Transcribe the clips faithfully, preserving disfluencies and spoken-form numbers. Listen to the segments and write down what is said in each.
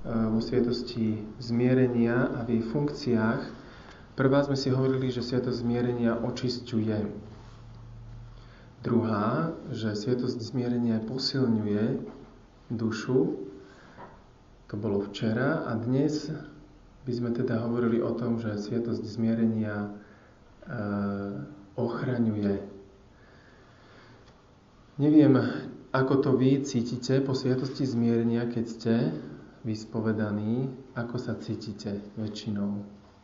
vo sviatosti zmierenia a v jej funkciách. Prvá sme si hovorili, že sviatosť zmierenia očisťuje. Druhá, že sviatosť zmierenia posilňuje dušu. To bolo včera. A dnes by sme teda hovorili o tom, že sviatosť zmierenia e, ochraňuje. Neviem, ako to vy cítite po sviatosti zmierenia, keď ste vyspovedaní, ako sa cítite väčšinou.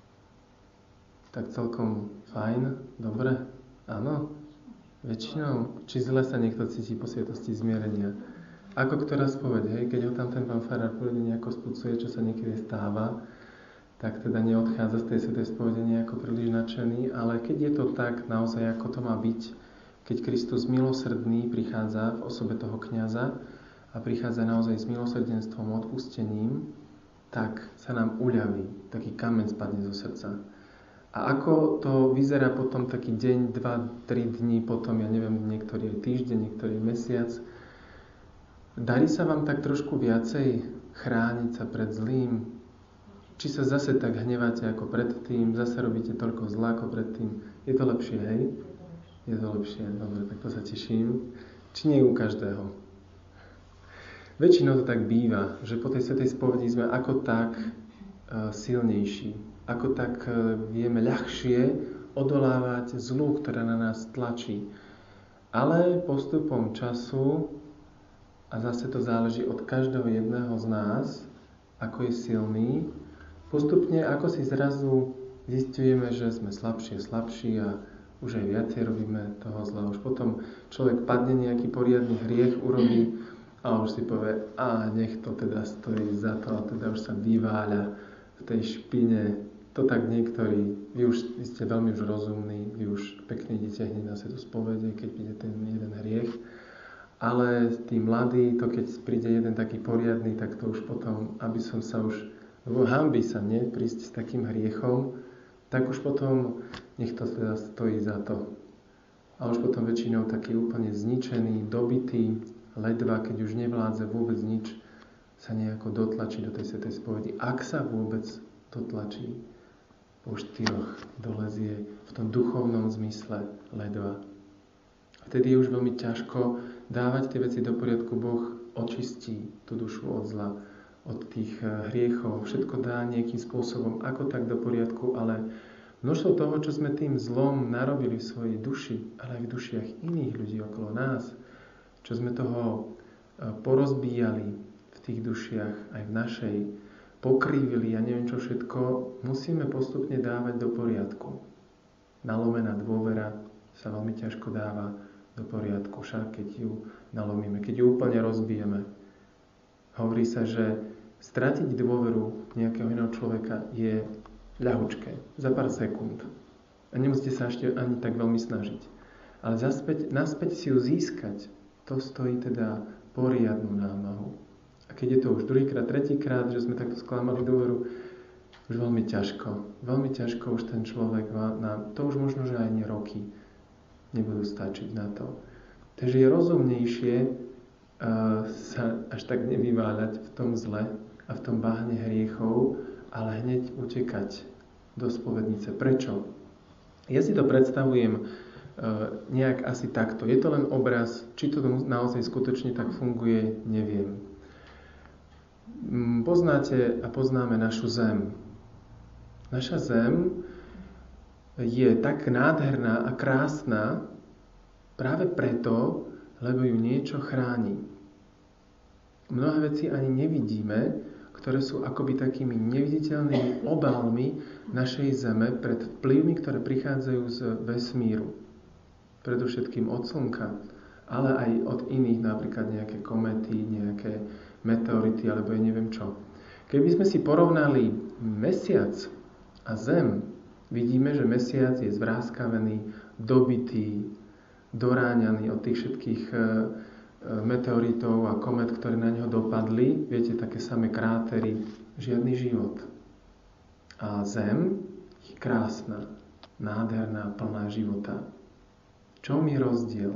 Tak celkom fajn, dobre? Áno? Väčšinou? Či zle sa niekto cíti po sviatosti zmierenia? Ako ktorá spoveď, hej? Keď ho tam ten pán farár pôjde nejako spucuje, čo sa niekedy stáva, tak teda neodchádza z tej svätej spovede nejako príliš nadšený, ale keď je to tak naozaj, ako to má byť, keď Kristus milosrdný prichádza v osobe toho kňaza a prichádza naozaj s milosrdenstvom, odpustením, tak sa nám uľaví, taký kameň spadne zo srdca. A ako to vyzerá potom taký deň, dva, tri dní, potom, ja neviem, niektorý je týždeň, niektorý je mesiac. Darí sa vám tak trošku viacej chrániť sa pred zlým? Či sa zase tak hneváte ako predtým, zase robíte toľko zla ako predtým? Je to lepšie, hej? Je to lepšie, dobre, tak to sa teším. Či nie u každého? Väčšinou to tak býva, že po tej svätej spovedi sme ako tak uh, silnejší. Ako tak vieme ľahšie odolávať zlu, ktorá na nás tlačí. Ale postupom času, a zase to záleží od každého jedného z nás, ako je silný, postupne ako si zrazu zistujeme, že sme slabší a slabší a už aj viacej robíme toho zla. Už potom človek padne, nejaký poriadny hriech urobí a už si povie, a nech to teda stojí za to, a teda už sa vyváľa v tej špine. To tak niektorí, vy už vy ste veľmi už rozumní, vy už pekne idete hneď na svätú spovede, keď príde ten jeden hriech. Ale tí mladí, to keď príde jeden taký poriadny, tak to už potom, aby som sa už, lebo hanbí sa, nie, prísť s takým hriechom, tak už potom nech to teda stojí za to. A už potom väčšinou taký úplne zničený, dobitý, ledva, keď už nevládze vôbec nič, sa nejako dotlačí do tej svätej spovedi. Ak sa vôbec dotlačí, po štyroch dolezie v tom duchovnom zmysle ledva. Vtedy je už veľmi ťažko dávať tie veci do poriadku. Boh očistí tú dušu od zla, od tých hriechov. Všetko dá nejakým spôsobom, ako tak do poriadku, ale množstvo toho, čo sme tým zlom narobili v svojej duši, ale aj v dušiach iných ľudí okolo nás, čo sme toho porozbíjali v tých dušiach, aj v našej, pokrivili, ja neviem čo všetko, musíme postupne dávať do poriadku. Nalomená dôvera sa veľmi ťažko dáva do poriadku, však keď ju nalomíme, keď ju úplne rozbijeme. Hovorí sa, že stratiť dôveru nejakého iného človeka je ľahučké, za pár sekúnd. A nemusíte sa ešte ani tak veľmi snažiť. Ale zaspäť, naspäť si ju získať, to stojí teda poriadnu námahu. A keď je to už druhýkrát, tretíkrát, že sme takto sklamali dôveru, už veľmi ťažko. Veľmi ťažko už ten človek má, na, to už možno, že aj nie roky nebudú stačiť na to. Takže je rozumnejšie uh, sa až tak nevyváľať v tom zle a v tom bahne hriechov, ale hneď utekať do spovednice. Prečo? Ja si to predstavujem uh, nejak asi takto. Je to len obraz, či to naozaj skutočne tak funguje, neviem. Poznáte a poznáme našu zem. Naša zem je tak nádherná a krásna práve preto, lebo ju niečo chráni. Mnohé veci ani nevidíme, ktoré sú akoby takými neviditeľnými obálmi našej zeme pred vplyvmi, ktoré prichádzajú z vesmíru. Predovšetkým od slnka, ale aj od iných, napríklad nejaké komety, nejaké meteority, alebo ja neviem čo. Keby sme si porovnali mesiac a zem, vidíme, že mesiac je zvráskavený, dobitý, doráňaný od tých všetkých meteoritov a komet, ktoré na neho dopadli. Viete, také samé krátery, žiadny život. A zem je krásna, nádherná, plná života. Čom je rozdiel?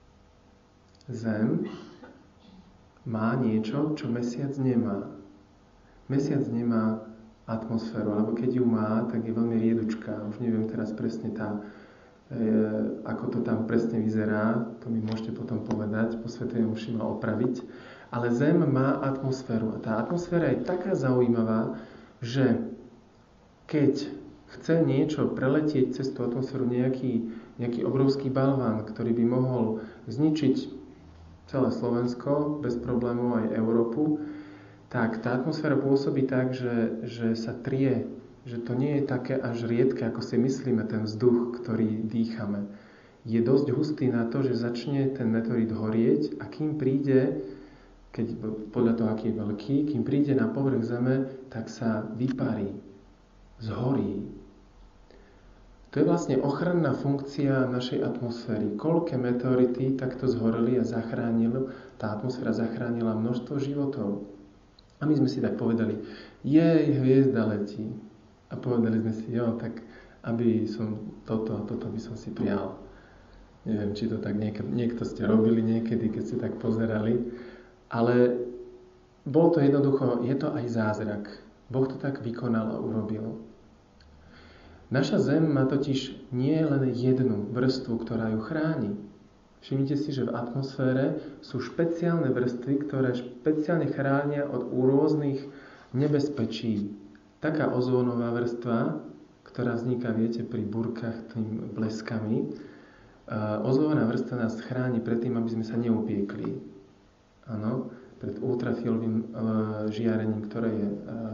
Zem má niečo, čo mesiac nemá. Mesiac nemá atmosféru, alebo keď ju má, tak je veľmi riedučká. Už neviem teraz presne tá, e, ako to tam presne vyzerá, to mi môžete potom povedať, po svätej omši ma opraviť. Ale Zem má atmosféru a tá atmosféra je taká zaujímavá, že keď chce niečo preletieť cez tú atmosféru, nejaký, nejaký obrovský balván, ktorý by mohol zničiť celé Slovensko, bez problémov aj Európu, tak tá atmosféra pôsobí tak, že, že sa trie, že to nie je také až riedke, ako si myslíme, ten vzduch, ktorý dýchame. Je dosť hustý na to, že začne ten meteorit horieť a kým príde, keď podľa toho, aký je veľký, kým príde na povrch Zeme, tak sa vyparí, zhorí. To je vlastne ochranná funkcia našej atmosféry. Koľké meteority takto zhoreli a zachránil, tá atmosféra zachránila množstvo životov. A my sme si tak povedali, jej, hviezda letí. A povedali sme si, jo, tak aby som toto, toto by som si prijal. Neviem, či to tak niek- niekto ste robili niekedy, keď ste tak pozerali. Ale bol to jednoducho, je to aj zázrak. Boh to tak vykonal a urobil. Naša Zem má totiž nie len jednu vrstvu, ktorá ju chráni. Všimnite si, že v atmosfére sú špeciálne vrstvy, ktoré špeciálne chránia od rôznych nebezpečí. Taká ozónová vrstva, ktorá vzniká, viete, pri búrkach tým bleskami. Ozónová vrstva nás chráni pred tým, aby sme sa neupiekli. Áno, pred ultrafialovým žiarením, ktoré je,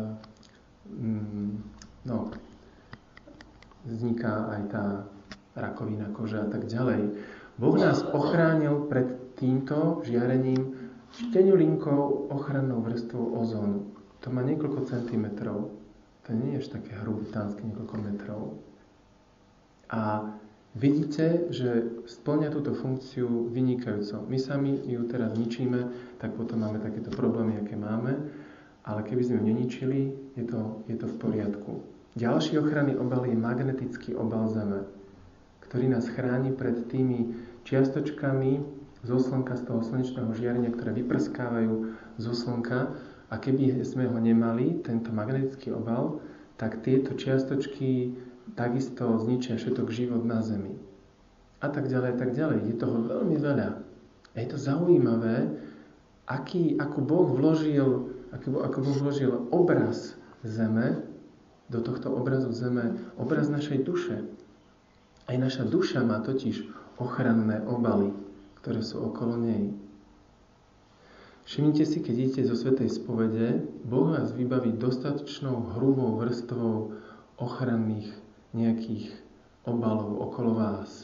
no, vzniká aj tá rakovina kože a tak ďalej. Boh nás ochránil pred týmto žiarením šteňulinkou ochrannou vrstvou ozónu. To má niekoľko centimetrov. To nie je až také hrubitánske niekoľko metrov. A vidíte, že spĺňa túto funkciu vynikajúco. My sami ju teraz ničíme, tak potom máme takéto problémy, aké máme. Ale keby sme ju neničili, je to, je to v poriadku. Ďalší ochranný obal je magnetický obal Zeme, ktorý nás chráni pred tými čiastočkami zo slnka, z toho slnečného žiarenia, ktoré vyprskávajú zo slnka. A keby sme ho nemali, tento magnetický obal, tak tieto čiastočky takisto zničia všetok život na Zemi. A tak ďalej, a tak ďalej. Je toho veľmi veľa. A je to zaujímavé, aký, ako Boh vložil, ako, ako Boh vložil obraz Zeme, do tohto obrazu Zeme, obraz našej duše. Aj naša duša má totiž ochranné obaly, ktoré sú okolo nej. Všimnite si, keď idete zo svätej spovede, Boh vás vybaví dostatočnou hrubou vrstvou ochranných nejakých obalov okolo vás.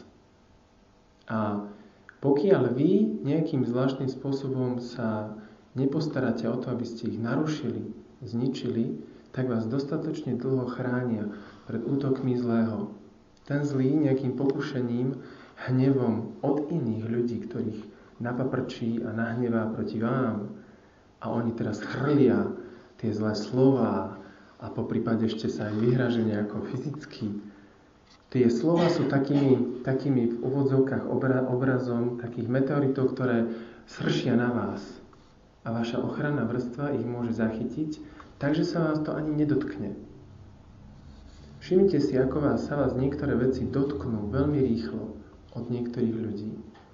A pokiaľ vy nejakým zvláštnym spôsobom sa nepostaráte o to, aby ste ich narušili, zničili, tak vás dostatočne dlho chránia pred útokmi zlého. Ten zlý nejakým pokušením, hnevom od iných ľudí, ktorých napaprčí a nahnevá proti vám a oni teraz chrlia tie zlé slová a po prípade ešte sa aj vyhražujú nejako fyzicky. Tie slova sú takými, takými v úvodzovkách obra, obrazom takých meteoritov, ktoré sršia na vás a vaša ochranná vrstva ich môže zachytiť, takže sa vás to ani nedotkne. Všimnite si, ako vás sa vás niektoré veci dotknú veľmi rýchlo od niektorých ľudí.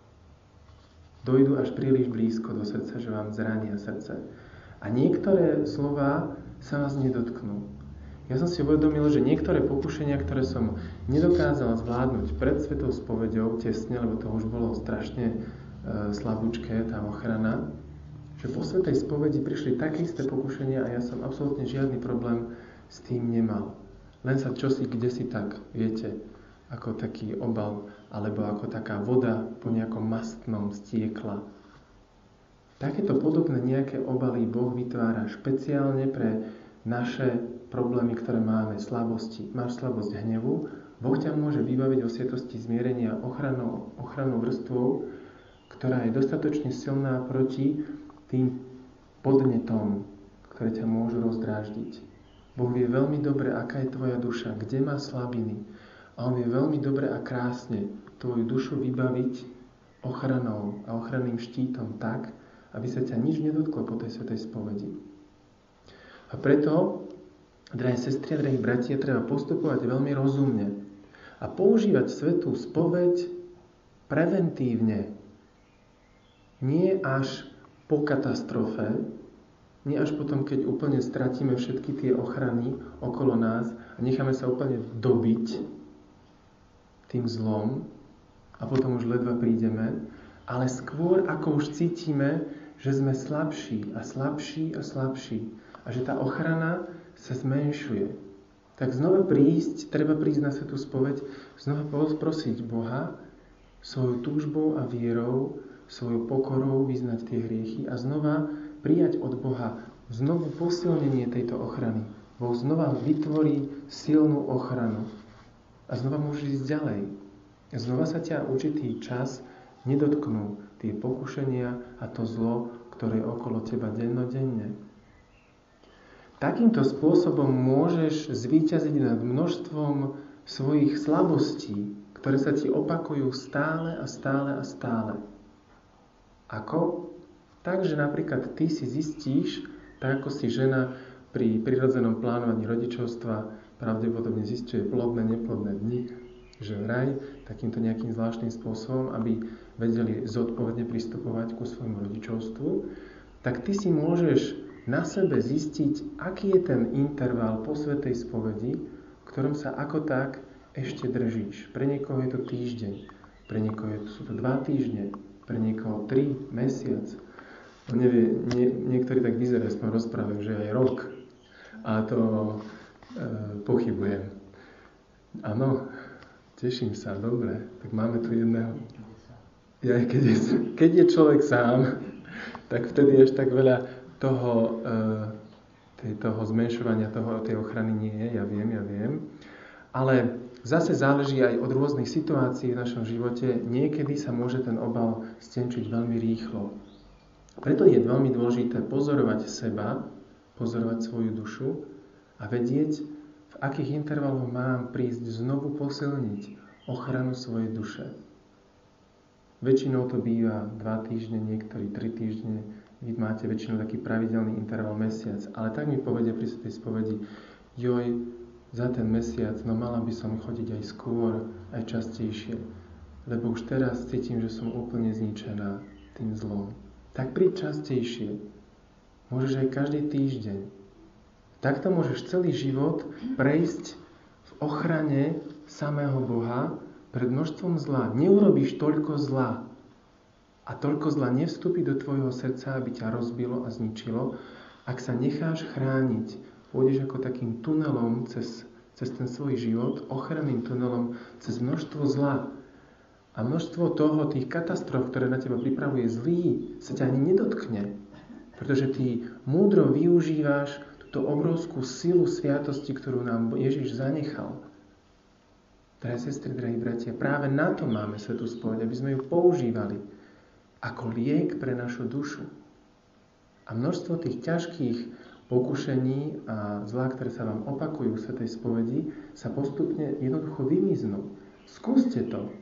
Dojdu až príliš blízko do srdca, že vám zrania srdce. A niektoré slová sa vás nedotknú. Ja som si uvedomil, že niektoré pokušenia, ktoré som nedokázal zvládnuť pred svetou spoveďou tesne, lebo to už bolo strašne e, slabúčké, tá ochrana, že po svetej spovedi prišli také isté pokušenia a ja som absolútne žiadny problém s tým nemal. Len sa čosi kdesi tak, viete, ako taký obal, alebo ako taká voda po nejakom mastnom stiekla. Takéto podobné nejaké obaly Boh vytvára špeciálne pre naše problémy, ktoré máme, slabosti. Máš slabosť hnevu, Boh ťa môže vybaviť o sviatosti zmierenia ochranou, ochranou vrstvou, ktorá je dostatočne silná proti tým podnetom, ktoré ťa môžu rozdráždiť. Boh vie veľmi dobre, aká je tvoja duša, kde má slabiny. A on vie veľmi dobre a krásne tvoju dušu vybaviť ochranou a ochranným štítom tak, aby sa ťa nič nedotklo po tej svätej spovedi. A preto, drahé sestry a drahí bratia, treba postupovať veľmi rozumne a používať svätú spoveď preventívne. Nie až po katastrofe, nie až potom, keď úplne stratíme všetky tie ochrany okolo nás a necháme sa úplne dobiť tým zlom a potom už ledva prídeme, ale skôr ako už cítime, že sme slabší a slabší a slabší a že tá ochrana sa zmenšuje. Tak znova prísť, treba prísť na svätú spoveď, znova prosiť Boha svojou túžbou a vierou, svojou pokorou vyznať tie hriechy a znova prijať od Boha znovu posilnenie tejto ochrany. Boh znova vytvorí silnú ochranu a znova môžeš ísť ďalej. Znova sa ťa určitý čas nedotknú tie pokušenia a to zlo, ktoré je okolo teba dennodenne. Takýmto spôsobom môžeš zvíťaziť nad množstvom svojich slabostí, ktoré sa ti opakujú stále a stále a stále. Ako? Takže napríklad ty si zistíš, tak ako si žena pri prirodzenom plánovaní rodičovstva pravdepodobne zisťuje plodné, neplodné dni, že vraj takýmto nejakým zvláštnym spôsobom, aby vedeli zodpovedne pristupovať ku svojmu rodičovstvu, tak ty si môžeš na sebe zistiť, aký je ten interval po svätej spovedi, v ktorom sa ako tak ešte držíš. Pre niekoho je to týždeň, pre niekoho sú to dva týždne, pre niekoho tri, mesiac. On nevie, nie, niektorí tak vyzerajú, sme rozprávajú, že aj rok. A to e, pochybujem. Áno, teším sa, dobre. Tak máme tu jedného. Ja, keď, je, keď je človek sám, tak vtedy až tak veľa toho, e, tej, toho zmenšovania toho, tej ochrany nie je. Ja viem, ja viem. Ale zase záleží aj od rôznych situácií v našom živote. Niekedy sa môže ten obal stenčiť veľmi rýchlo. Preto je veľmi dôležité pozorovať seba, pozorovať svoju dušu a vedieť, v akých intervaloch mám prísť znovu posilniť ochranu svojej duše. Väčšinou to býva dva týždne, niektorí tri týždne. Vy máte väčšinou taký pravidelný interval mesiac. Ale tak mi povedia pri tej spovedi, joj, za ten mesiac, no mala by som chodiť aj skôr, aj častejšie. Lebo už teraz cítim, že som úplne zničená tým zlom. Tak príď častejšie. Môžeš aj každý týždeň. Takto môžeš celý život prejsť v ochrane samého Boha pred množstvom zla. Neurobíš toľko zla. A toľko zla nevstúpi do tvojho srdca, aby ťa rozbilo a zničilo, ak sa necháš chrániť. Pôjdeš ako takým tunelom cez, cez ten svoj život, ochranným tunelom cez množstvo zla. A množstvo toho, tých katastrof, ktoré na teba pripravuje zlý, sa ťa ani nedotkne. Pretože ty múdro využíváš túto obrovskú silu sviatosti, ktorú nám Ježiš zanechal. Drahé sestry, drahí bratia, práve na to máme svätú spoveď, aby sme ju používali ako liek pre našu dušu. A množstvo tých ťažkých pokušení a zlá, ktoré sa vám opakujú v svätej spovedi, sa postupne jednoducho vymiznú. Skúste to.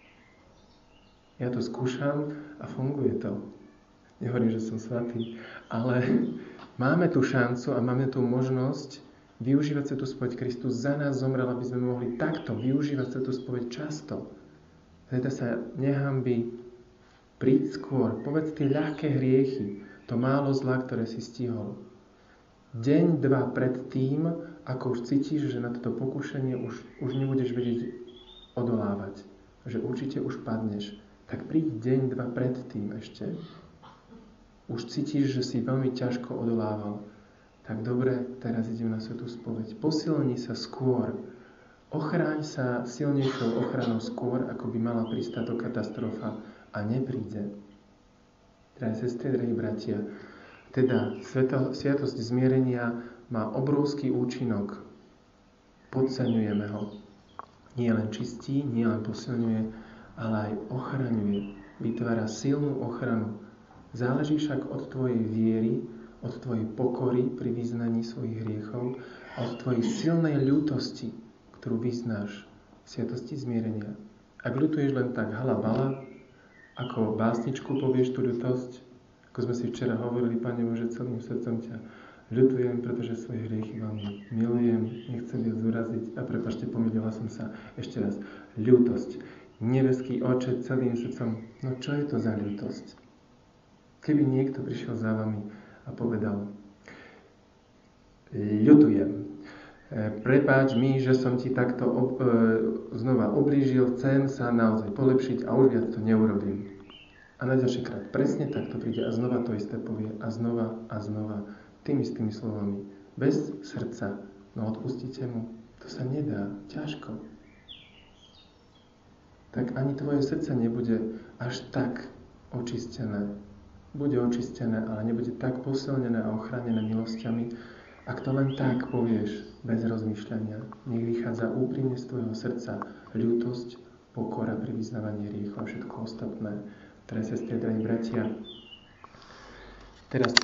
Ja to skúšam a funguje to. Nehovorím, že som svätý, ale máme tu šancu a máme tu možnosť využívať svätú spoveď. Kristus za nás zomrel, aby sme mohli takto využívať svätú spoveď často. Teda sa nehanbi, príď skôr, povedz tie ľahké hriechy, to málo zla, ktoré si stihol. Deň, dva pred tým, ako už cítiš, že na toto pokušenie už, už nebudeš vedieť odolávať, že určite už padneš, tak príď deň, dva pred tým ešte. Už cítiš, že si veľmi ťažko odolával. Tak dobre, teraz idem na svätú spoveď. Posilni sa skôr. Ochráň sa silnejšou ochranou skôr, ako by mala prísť táto katastrofa a nepríde. Drahé sestry, drahí bratia, teda sviatosť zmierenia má obrovský účinok. Podceňujeme ho. Nie len čistí, nie len posilňuje, ale aj ochraňuje. Vytvára silnú ochranu. Záleží však od tvojej viery, od tvojej pokory pri vyznaní svojich hriechov a od tvojej silnej ľútosti, ktorú vyznáš v sviatosti zmierenia. Ak ľutuješ len tak hala bala, ako básničku povieš tú ľutosť, ako sme si včera hovorili, Pane Bože, celým srdcom ťa Ľutujem, pretože svoje hriechy veľmi milujem, nechcem viac zúraziť a prepáčte, pomýlila som sa. Ešte raz, ľútosť. Nebeský Oče celým srdcom, no čo je to za ľútosť? Keby niekto prišiel za vami a povedal, ľutujem, prepáč mi, že som ti takto ob, e, znova oblížil, chcem sa naozaj polepšiť a už viac to neurobím. A na ďalší krát presne takto príde a znova to isté povie a znova a znova tými istými slovami. Bez srdca, no odpustíte mu, to sa nedá, ťažko. Tak ani tvoje srdce nebude až tak očistené. Bude očistené, ale nebude tak posilnené a ochránené milosťami, ak to len tak povieš, bez rozmýšľania. Nech vychádza úprimne z tvojho srdca ľútosť, pokora pri vyznávaní hriechu a všetko ostatné. Drahé sestry, drahí bratia, teraz